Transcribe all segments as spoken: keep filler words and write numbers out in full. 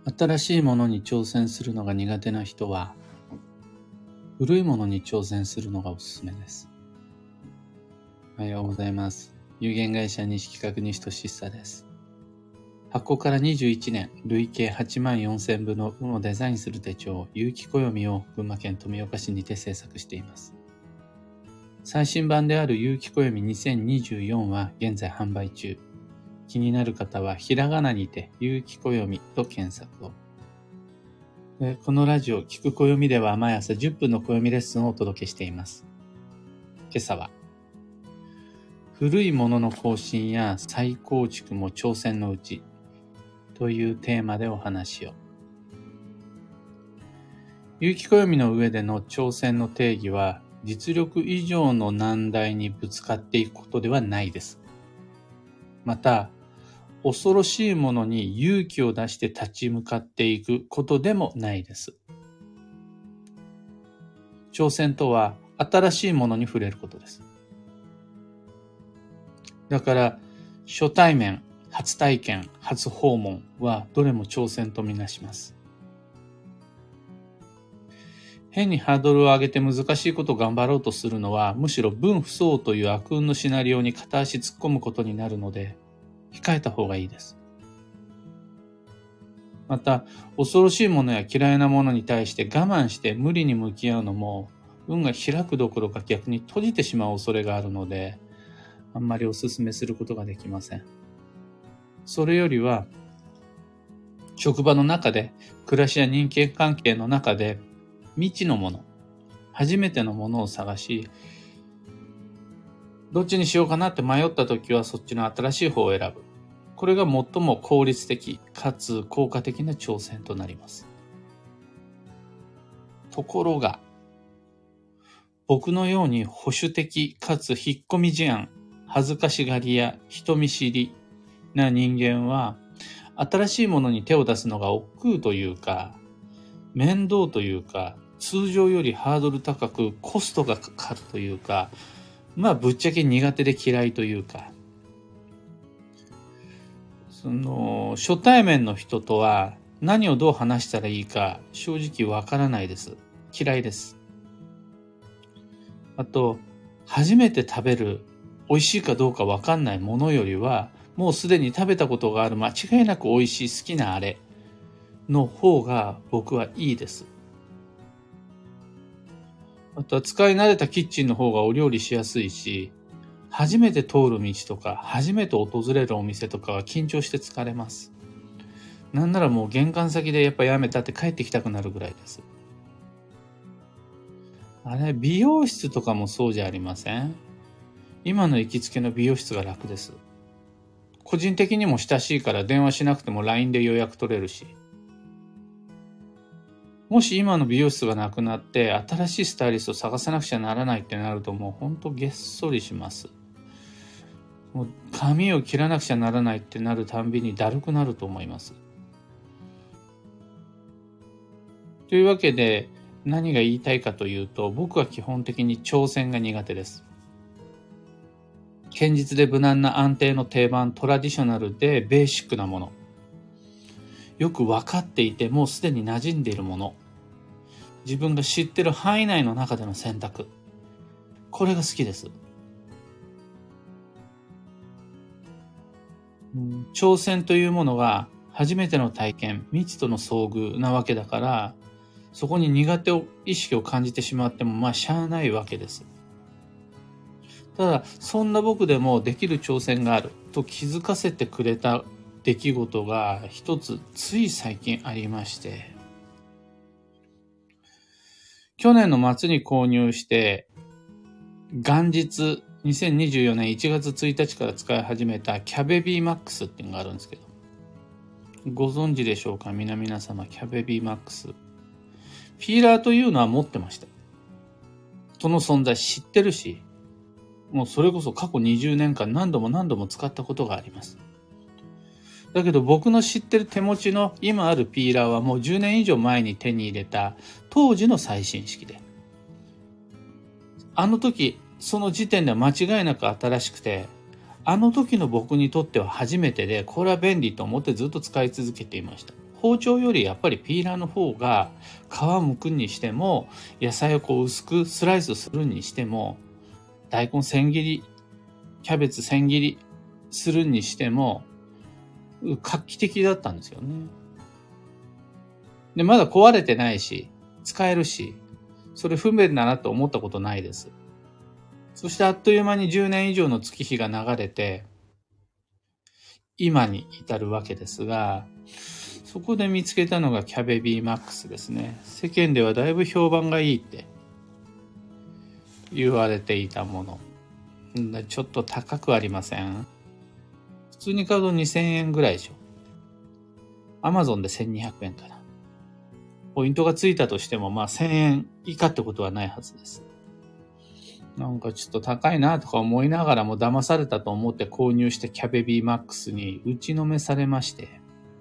新しいものに挑戦するのが苦手な人は、古いものに挑戦するのがおすすめです。おはようございます。有限会社西企画西俊久です。発行からにじゅういちねん、累計はちまんよんせんぶの運をデザインする手帳、有機暦を群馬県富岡市にて制作しています。最新版である有機暦にせんにじゅうよんは現在販売中。気になる方はひらがなにて有機暦と検索を。このラジオ聞く暦では毎朝じゅっぷんの暦レッスンをお届けしています。今朝は古いものの更新や再構築も挑戦のうちというテーマでお話を。有機暦の上での挑戦の定義は実力以上の難題にぶつかっていくことではないです。また、恐ろしいものに勇気を出して立ち向かっていくことでもないです。挑戦とは新しいものに触れることです。だから、初対面、初体験、初訪問はどれも挑戦とみなします。変にハードルを上げて難しいことを頑張ろうとするのは、むしろ分不相応という悪運のシナリオに片足突っ込むことになるので、控えた方がいいです。また、恐ろしいものや嫌いなものに対して我慢して無理に向き合うのも、運が開くどころか逆に閉じてしまう恐れがあるので、あんまりお勧めすることができません。それよりは、職場の中で、暮らしや人間関係の中で、未知のもの、初めてのものを探し、どっちにしようかなって迷ったときはそっちの新しい方を選ぶ。これが最も効率的かつ効果的な挑戦となります。ところが、僕のように保守的かつ引っ込み思案、恥ずかしがりや人見知りな人間は、新しいものに手を出すのが億劫というか、面倒というか、通常よりハードル高くコストがかかるというか、まあぶっちゃけ苦手で嫌いというか、その初対面の人とは何をどう話したらいいか正直わからないです。嫌いです。あと、初めて食べる美味しいかどうかわかんないものよりは、もうすでに食べたことがある間違いなく美味しい好きなあれの方が僕はいいです。あとは使い慣れたキッチンの方がお料理しやすいし、初めて通る道とか、初めて訪れるお店とかは緊張して疲れます。なんならもう玄関先でやっぱやめたって帰ってきたくなるぐらいです。あれ、美容室とかもそうじゃありません？今の行きつけの美容室が楽です。個人的にも親しいから電話しなくても ライン で予約取れるし。もし今の美容室がなくなって新しいスタイリストを探さなくちゃならないってなるともうほんとげっそりします。もう髪を切らなくちゃならないってなるたんびにだるくなると思います。というわけで何が言いたいかというと、僕は基本的に挑戦が苦手です。堅実で無難な安定の定番、トラディショナルでベーシックなもの。よく分かっていてもうすでに馴染んでいるもの。自分が知っている範囲内の中での選択。これが好きです。うん、挑戦というものが初めての体験、未知との遭遇なわけだから、そこに苦手を意識を感じてしまってもまあしゃあないわけです。ただそんな僕でもできる挑戦があると気づかせてくれた出来事が一つつい最近ありまして、去年の末に購入して元日にせんにじゅうよねんいちがつついたちから使い始めたキャベビーマックスっていうのがあるんですけど、ご存知でしょうか皆々様。キャベビーマックスピーラーというのは持ってました。その存在知ってるし、もうそれこそ過去にじゅうねんかん何度も何度も使ったことがあります。だけど僕の知ってる手持ちの今あるピーラーはもうじゅうねん以上前に手に入れた当時の最新式で、あの時その時点では間違いなく新しくて、あの時の僕にとっては初めてで、これは便利と思ってずっと使い続けていました。 包丁よりやっぱりピーラーの方が皮剥くにしても、野菜をこう薄くスライスするにしても、大根千切り、キャベツ千切りするにしても、画期的だったんですよね。で、まだ壊れてないし、使えるし、それ不便だなと思ったことないです。そしてあっという間にじゅうねん以上の月日が流れて、今に至るわけですが、そこで見つけたのがキャベビーマックスですね。世間ではだいぶ評判がいいって言われていたもの。ちょっと高くありません？普通に買うとにせんえんぐらいでしょ。アマゾンでせんにひゃくえんかな。ポイントがついたとしても、まあせんえん以下ってことはないはずです。なんかちょっと高いなとか思いながらも騙されたと思って購入してキャベビーマックスに打ちのめされまして。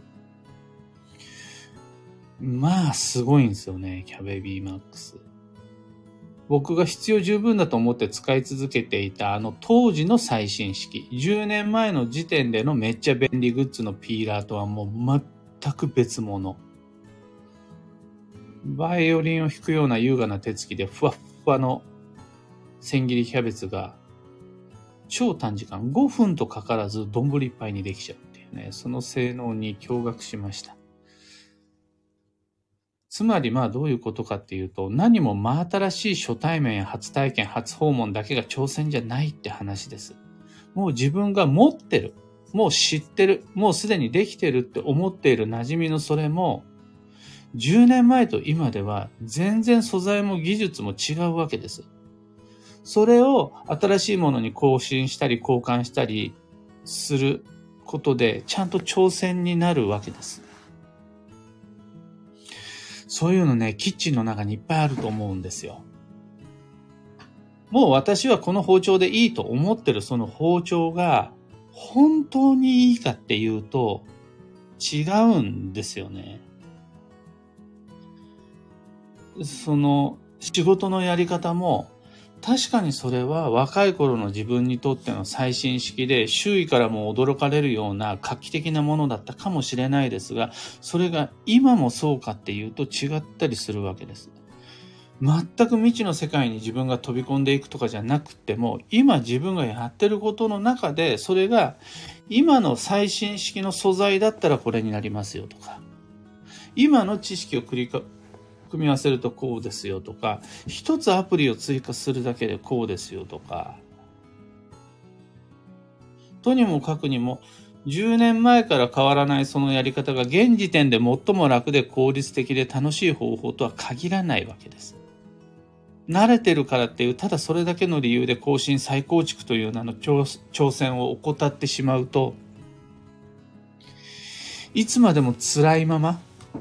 まあすごいんですよね、キャベビーマックス。僕が必要十分だと思って使い続けていたあの当時の最新式、じゅうねんまえの時点でのめっちゃ便利グッズのピーラーとはもう全く別物。バイオリンを弾くような優雅な手つきでふわっふわの千切りキャベツが超短時間ごふんとかからず丼いっぱいにできちゃうっていうね、その性能に驚愕しました。つまりまあどういうことかっていうと、何も真新しい初対面や初体験、初訪問だけが挑戦じゃないって話です。もう自分が持ってる、もう知ってる、もうすでにできてるって思っている馴染みのそれも、じゅうねんまえと今では全然素材も技術も違うわけです。それを新しいものに更新したり交換したりすることでちゃんと挑戦になるわけです。そういうのね、キッチンの中にいっぱいあると思うんですよ。もう私はこの包丁でいいと思ってるその包丁が本当にいいかっていうと違うんですよね。その仕事のやり方も確かにそれは若い頃の自分にとっての最新式で周囲からも驚かれるような画期的なものだったかもしれないですが、それが今もそうかっていうと違ったりするわけです。全く未知の世界に自分が飛び込んでいくとかじゃなくても、今自分がやってることの中でそれが今の最新式の素材だったらこれになりますよとか、今の知識を繰り返組み合わせるとこうですよとか、一つアプリを追加するだけでこうですよとか、とにもかくにもじゅうねんまえから変わらないそのやり方が現時点で最も楽で効率的で楽しい方法とは限らないわけです。慣れてるからっていうただそれだけの理由で更新再構築という名の挑戦を怠ってしまうと、いつまでも辛いまま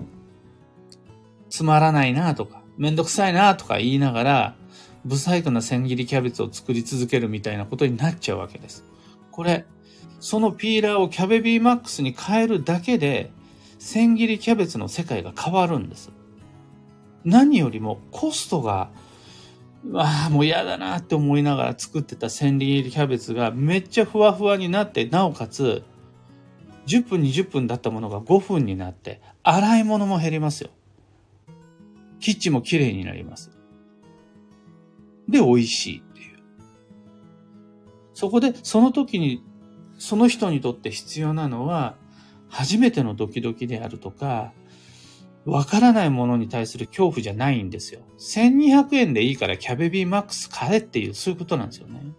つまらないなとか、めんどくさいなとか言いながら、不細工な千切りキャベツを作り続けるみたいなことになっちゃうわけです。これ、そのピーラーをキャベビーマックスに変えるだけで、千切りキャベツの世界が変わるんです。何よりもコストが、ああ、もう嫌だなって思いながら作ってた千切りキャベツがめっちゃふわふわになって、なおかつ、じゅっぷんにじゅっぷんだったものがごふんになって、洗い物も減りますよ。キッチンも綺麗になります。で、美味しいっていう。そこで、その時に、その人にとって必要なのは、初めてのドキドキであるとか、わからないものに対する恐怖じゃないんですよ。せんにひゃくえんでいいからキャベビーマックス買えっていう、そういうことなんですよね。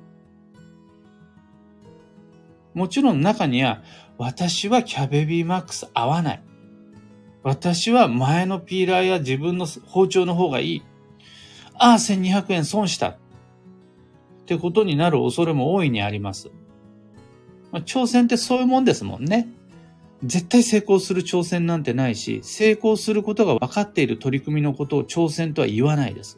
もちろん中には、私はキャベビーマックス合わない。私は前のピーラーや自分の包丁の方がいい。ああ、せんにひゃくえん損した。ってことになる恐れも大いにあります。まあ、挑戦ってそういうもんですもんね。絶対成功する挑戦なんてないし、成功することが分かっている取り組みのことを挑戦とは言わないです。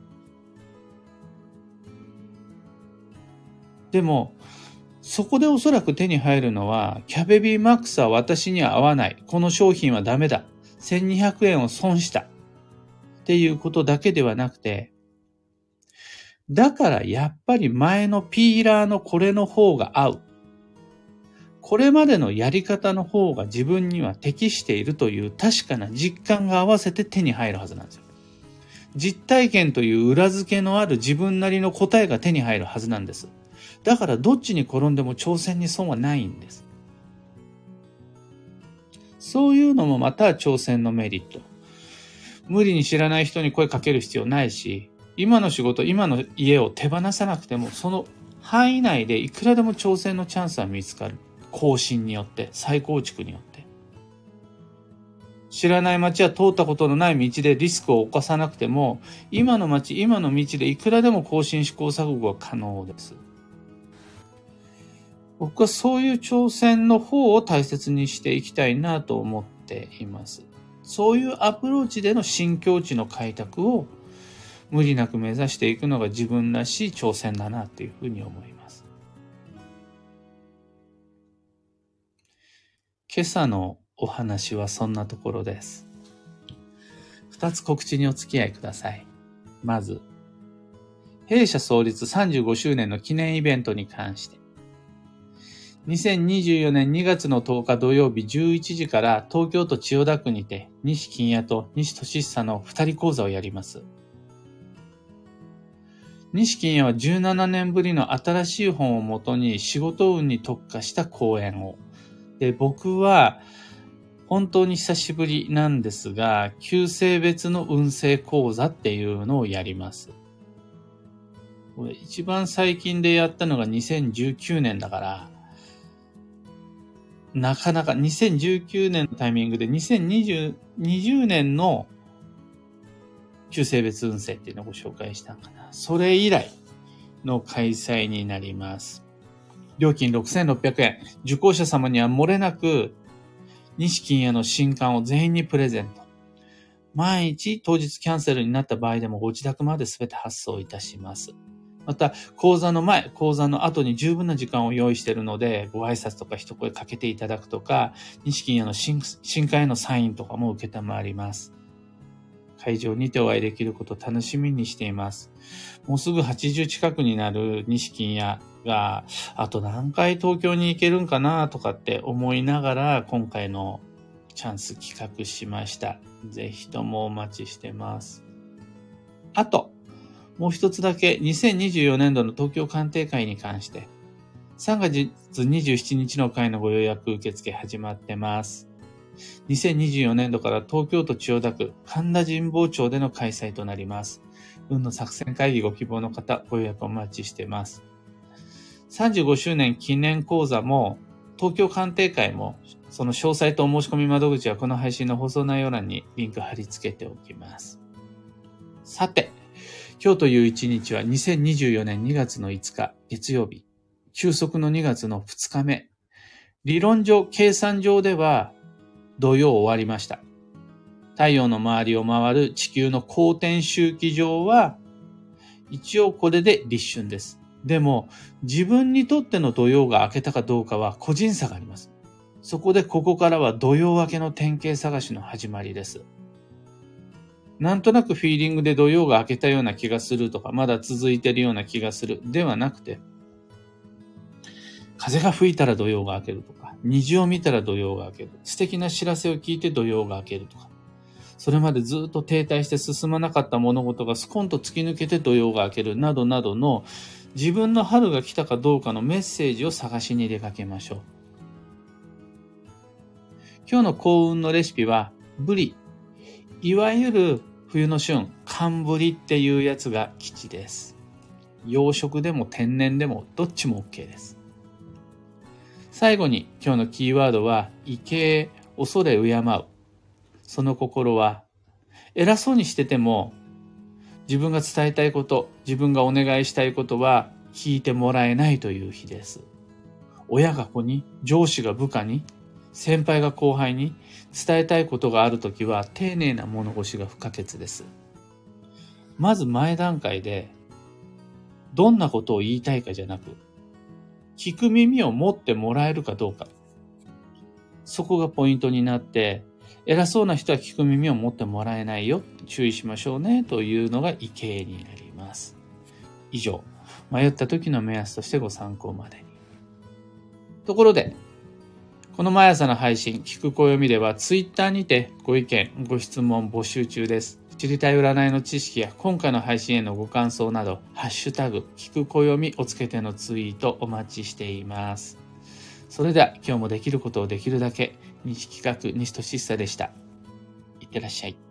でも、そこでおそらく手に入るのは、キャベビーマックスは私には合わない。この商品はダメだ。せんにひゃくえんを損した。っていうことだけではなくて、だからやっぱり前のピーラーのこれの方が合う。 これまでのやり方の方が自分には適しているという確かな実感が合わせて手に入るはずなんですよ。実体験という裏付けのある自分なりの答えが手に入るはずなんです。だからどっちに転んでも挑戦に損はないんです。そういうのもまた挑戦のメリット。無理に知らない人に声かける必要ないし、今の仕事、今の家を手放さなくても、その範囲内でいくらでも挑戦のチャンスは見つかる。更新によって、再構築によって。知らない街や通ったことのない道でリスクを冒さなくても、今の街、今の道でいくらでも更新試行錯誤は可能です。僕はそういう挑戦の方を大切にしていきたいなと思っています。そういうアプローチでの新境地の開拓を無理なく目指していくのが自分らしい挑戦だなっていうふうに思います。今朝のお話はそんなところです。二つ告知にお付き合いください。まず、弊社創立さんじゅうごしゅうねんの記念イベントに関して、にせんにじゅうよねんにがつのとおか土曜日じゅういちじから東京都千代田区にて西金谷と西俊久の二人講座をやります。西金谷はじゅうななねんぶりの新しい本をもとに仕事運に特化した講演を。で、僕は本当に久しぶりなんですが、旧性別の運勢講座っていうのをやります。これ一番最近でやったのがにせんじゅうきゅうねんだから、なかなかにせんじゅうきゅうねんのタイミングでにせんにじゅう、にじゅうねんの旧性別運勢っていうのをご紹介したんかな。それ以来の開催になります。料金ろくせんろっぴゃくえん。受講者様には漏れなく西金谷の新刊を全員にプレゼント。万一当日キャンセルになった場合でもご自宅まで全て発送いたします。また、講座の前、講座の後に十分な時間を用意しているので、ご挨拶とか一声かけていただくとか、西金谷の 新, 新刊へのサインとかも受けたまわります。会場にてお会いできることを楽しみにしています。もうすぐはちじゅう近くになる西金谷が、あと何回東京に行けるんかなとかって思いながら、今回のチャンス企画しました。ぜひともお待ちしてます。あと、もう一つだけにせんにじゅうよねんどの東京鑑定会に関して、さんがつにじゅうしちにちの会のご予約受付始まってます。にせんにじゅうよねんどから東京都千代田区神田神保町での開催となります。運の作戦会議ご希望の方、ご予約お待ちしてます。さんじゅうごしゅうねん記念講座も、東京鑑定会も、その詳細とお申し込み窓口はこの配信の放送内容欄にリンク貼り付けておきます。さて、今日という一日はにせんにじゅうよねんにがつのいつか月曜日、休息のにがつのふつかめ。理論上、計算上では土曜終わりました。太陽の周りを回る地球の公転周期上は一応これで立春です。でも自分にとっての土曜が明けたかどうかは個人差があります。そこでここからは土曜明けの典型探しの始まりです。なんとなくフィーリングで土曜が明けたような気がするとか、まだ続いているような気がするではなくて、風が吹いたら土曜が明けるとか、虹を見たら土曜が明ける、素敵な知らせを聞いて土曜が明けるとか、それまでずっと停滞して進まなかった物事がスコンと突き抜けて土曜が明けるなどなどの自分の春が来たかどうかのメッセージを探しに出かけましょう。今日の幸運のレシピはブリ。いわゆる冬の旬、寒ブリっていうやつが吉です。養殖でも天然でもどっちも OK です。最後に今日のキーワードは畏敬、恐れ敬う。その心は偉そうにしてても自分が伝えたいこと、自分がお願いしたいことは聞いてもらえないという日です。親が子に、上司が部下に、先輩が後輩に伝えたいことがあるときは丁寧な物腰が不可欠です。まず前段階でどんなことを言いたいかじゃなく、聞く耳を持ってもらえるかどうか。そこがポイントになって、偉そうな人は聞く耳を持ってもらえないよ。注意しましょうね。というのが畏敬になります。以上、迷った時の目安としてご参考までに。ところで、 この毎朝の配信、聞く暦ではツイッターにてご意見、ご質問募集中です。知りたい占いの知識や今回の配信へのご感想など、ハッシュタグ、聞く暦をつけてのツイートお待ちしています。それでは今日もできることをできるだけ、西企画西俊久でした。いってらっしゃい。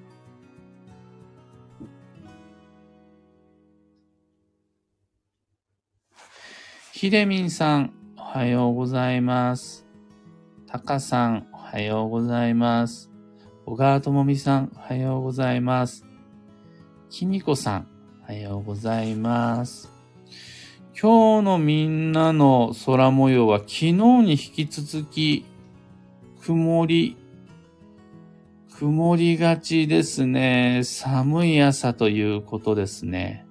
ひでみんさん、おはようございます。たかさん、おはようございます。小川ともみさん、おはようございます。きみこさん、おはようございます。今日のみんなの空模様は昨日に引き続き曇り、曇りがちですね。寒い朝ということですね。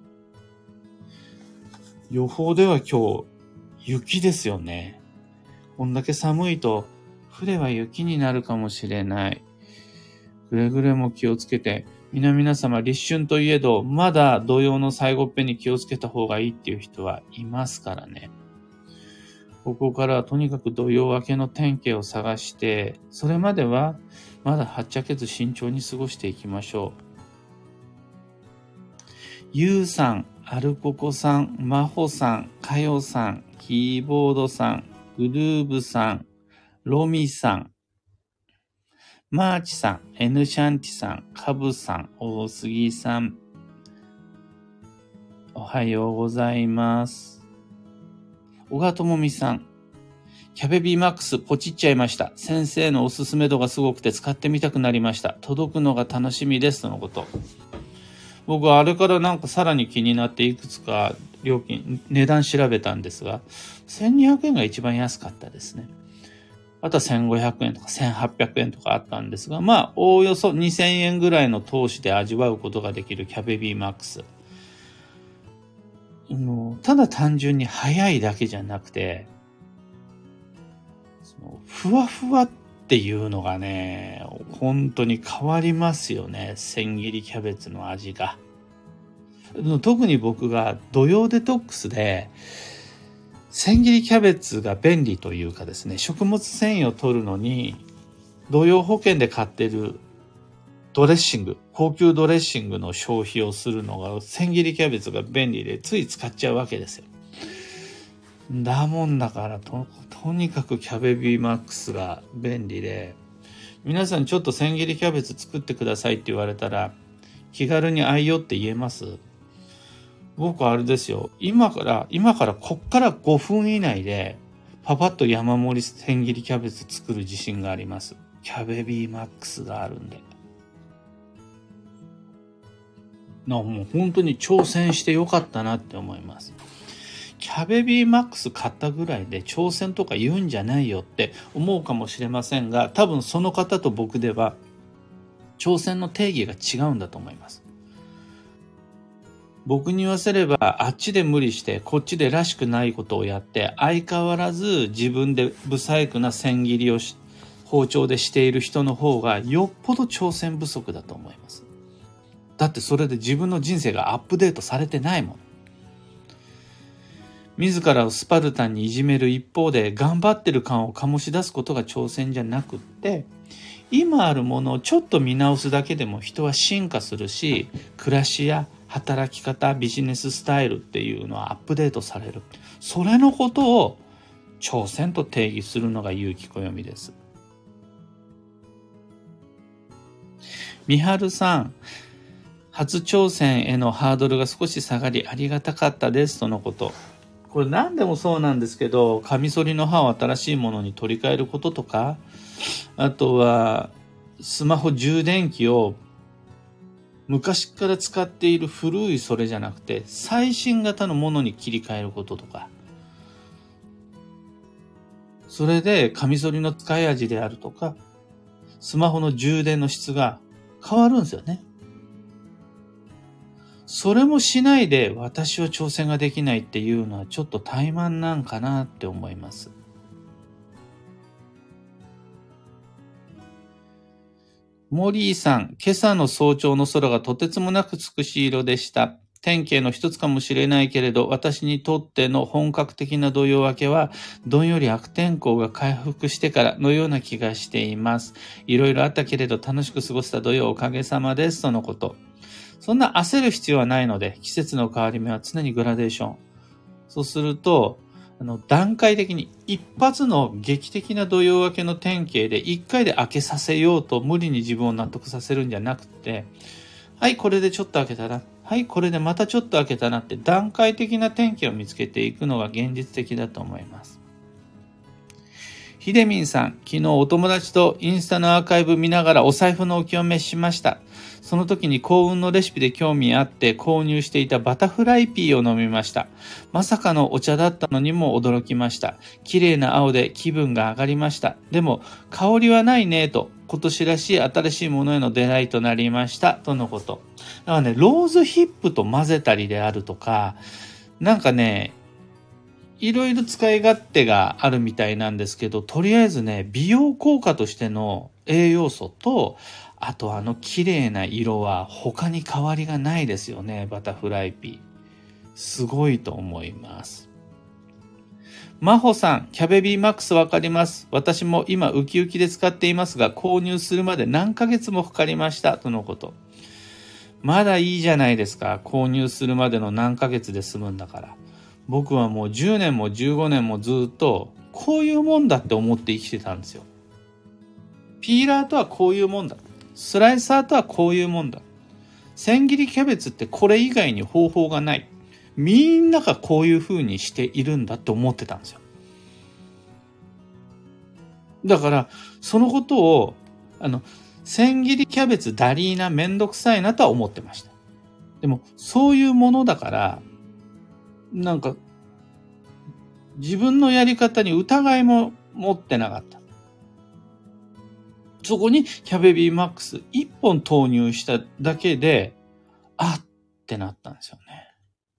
予報では今日雪ですよね。こんだけ寒いと降れば雪になるかもしれない。くれぐれも気をつけて、皆々様立春といえど、まだ土曜の最後っぺに気をつけた方がいいっていう人はいますからね。ここからはとにかく土曜明けの天気を探して、それまではまだはっちゃけず慎重に過ごしていきましょう。ゆうさん、アルココさん、まほさん、かよさん、キーボードさん、グルーブさん、ロミさん、マーチさん、エヌシャンティさん、カブさん、大杉さん、おはようございます。小川智美さん、キャベビーマックスポチっちゃいました。先生のおすすめ度がすごくて使ってみたくなりました。届くのが楽しみですとのこと。僕はあれからなんかさらに気になっていくつか料金、値段調べたんですが、せんにひゃくえんが一番安かったですね。あとはせんごひゃくえんとかせんはっぴゃくえんとかあったんですが、まあ、おおよそにせんえんぐらいの投資で味わうことができるキャベビーマックス。ただ単純に早いだけじゃなくて、そのふわふわっていうのがね、本当に変わりますよね。千切りキャベツの味が。特に僕が土曜デトックスで、千切りキャベツが便利というかですね、食物繊維を取るのに、土曜保険で買ってるドレッシング、高級ドレッシングの消費をするのが、千切りキャベツが便利でつい使っちゃうわけですよ。だもんだからと、とにかくキャベビーマックスが便利で、皆さんちょっと千切りキャベツ作ってくださいって言われたら、気軽に愛用って言えます？僕はあれですよ。今から、今からこっからごふん以内で、パパッと山盛り千切りキャベツ作る自信があります。キャベビーマックスがあるんで。な、もう本当に挑戦してよかったなって思います。キャベビーマックス買ったぐらいで挑戦とか言うんじゃないよって思うかもしれませんが、多分その方と僕では挑戦の定義が違うんだと思います。僕に言わせれば、あっちで無理してこっちでらしくないことをやって、相変わらず自分で不細工な千切りをし包丁でしている人の方がよっぽど挑戦不足だと思います。だってそれで自分の人生がアップデートされてないもん。自らをスパルタンにいじめる一方で頑張ってる感を醸し出すことが挑戦じゃなくって、今あるものをちょっと見直すだけでも人は進化するし、暮らしや働き方、ビジネススタイルっていうのはアップデートされる。それのことを挑戦と定義するのが有機暦です。みはるさん、初挑戦へのハードルが少し下がりありがたかったですとのこと。これ何でもそうなんですけど、カミソリの刃を新しいものに取り替えることとか、あとはスマホ充電器を昔から使っている古いそれじゃなくて最新型のものに切り替えることとか、それでカミソリの使い味であるとかスマホの充電の質が変わるんですよね。それもしないで私は挑戦ができないっていうのはちょっと怠慢なんかなって思います。モリーさん、今朝の早朝の空がとてつもなく美しい色でした。 典型の一つかもしれないけれど、私にとっての本格的な土曜明けは、どんより悪天候が回復してからのような気がしています。いろいろあったけれど楽しく過ごせた土曜おかげさまです。とのこと。そんな焦る必要はないので、季節の変わり目は常にグラデーション。そうすると、あの段階的に一発の劇的な土曜明けの典型で一回で明けさせようと無理に自分を納得させるんじゃなくて、はい、これでちょっと明けたな。はい、これでまたちょっと明けたなって段階的な天気を見つけていくのが現実的だと思います。ひでみんさん、昨日お友達とインスタのアーカイブ見ながらお財布のお清めしました。その時に幸運のレシピで興味あって購入していたバタフライピーを飲みました。まさかのお茶だったのにも驚きました。綺麗な青で気分が上がりました。でも香りはないねと今年らしい新しいものへの出会いとなりましたとのこと。だからね、ローズヒップと混ぜたりであるとか、なんかね、いろいろ使い勝手があるみたいなんですけど、とりあえずね、美容効果としての栄養素と、あとあの綺麗な色は他に変わりがないですよね、バタフライピー。すごいと思います。マホさん、キャベビーマックスわかります。私も今ウキウキで使っていますが、購入するまで何ヶ月もかかりました、とのこと。まだいいじゃないですか。購入するまでの何ヶ月で済むんだから。僕はもうじゅうねんもじゅうごねんもずっとこういうもんだって思って生きてたんですよ。ピーラーとはこういうもんだ。スライサーとはこういうもんだ。千切りキャベツってこれ以外に方法がない。みんながこういう風にしているんだって思ってたんですよ。だからそのことをあの千切りキャベツダリーなめんどくさいなとは思ってました。でもそういうものだからなんか自分のやり方に疑いも持ってなかった。そこにキャベビーマックスいっぽん投入しただけで、あってなったんですよね。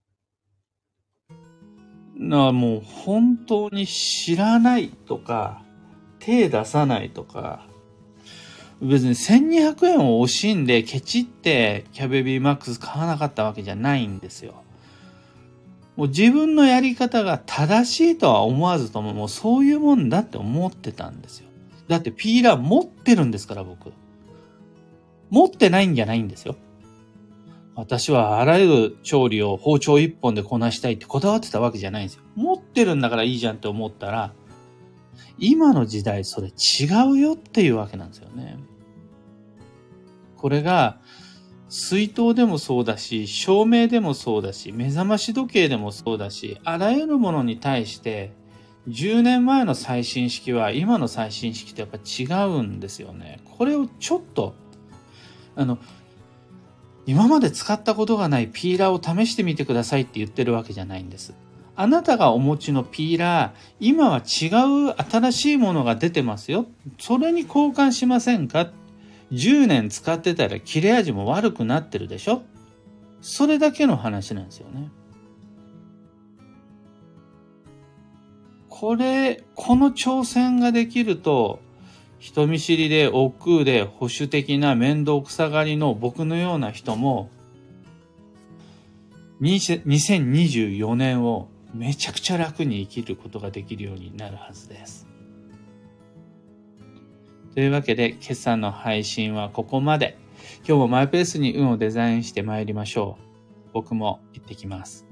なもう本当に知らないとか、手出さないとか、別にせんにひゃくえんを惜しんでケチってキャベビーマックス買わなかったわけじゃないんですよ。もう自分のやり方が正しいとは思わずとも、もうそういうもんだって思ってたんですよ。だってピーラー持ってるんですから僕。持ってないんじゃないんですよ。私はあらゆる調理を包丁一本でこなしたいってこだわってたわけじゃないんですよ。持ってるんだからいいじゃんって思ったら、今の時代それ違うよっていうわけなんですよね。これが水筒でもそうだし、照明でもそうだし、目覚まし時計でもそうだし、あらゆるものに対してじゅうねんまえの最新式は今の最新式ってやっぱ違うんですよね。これをちょっとあの今まで使ったことがないピーラーを試してみてくださいって言ってるわけじゃないんです。あなたがお持ちのピーラー、今は違う新しいものが出てますよ。それに交換しませんか？じゅうねん使ってたら切れ味も悪くなってるでしょ？それだけの話なんですよね。これ、この挑戦ができると、人見知りで億劫で保守的な面倒くさがりの僕のような人も、にせんにじゅうよねんをめちゃくちゃ楽に生きることができるようになるはずです。というわけで、今朝の配信はここまで。今日もマイペースに運をデザインして参りましょう。僕も行ってきます。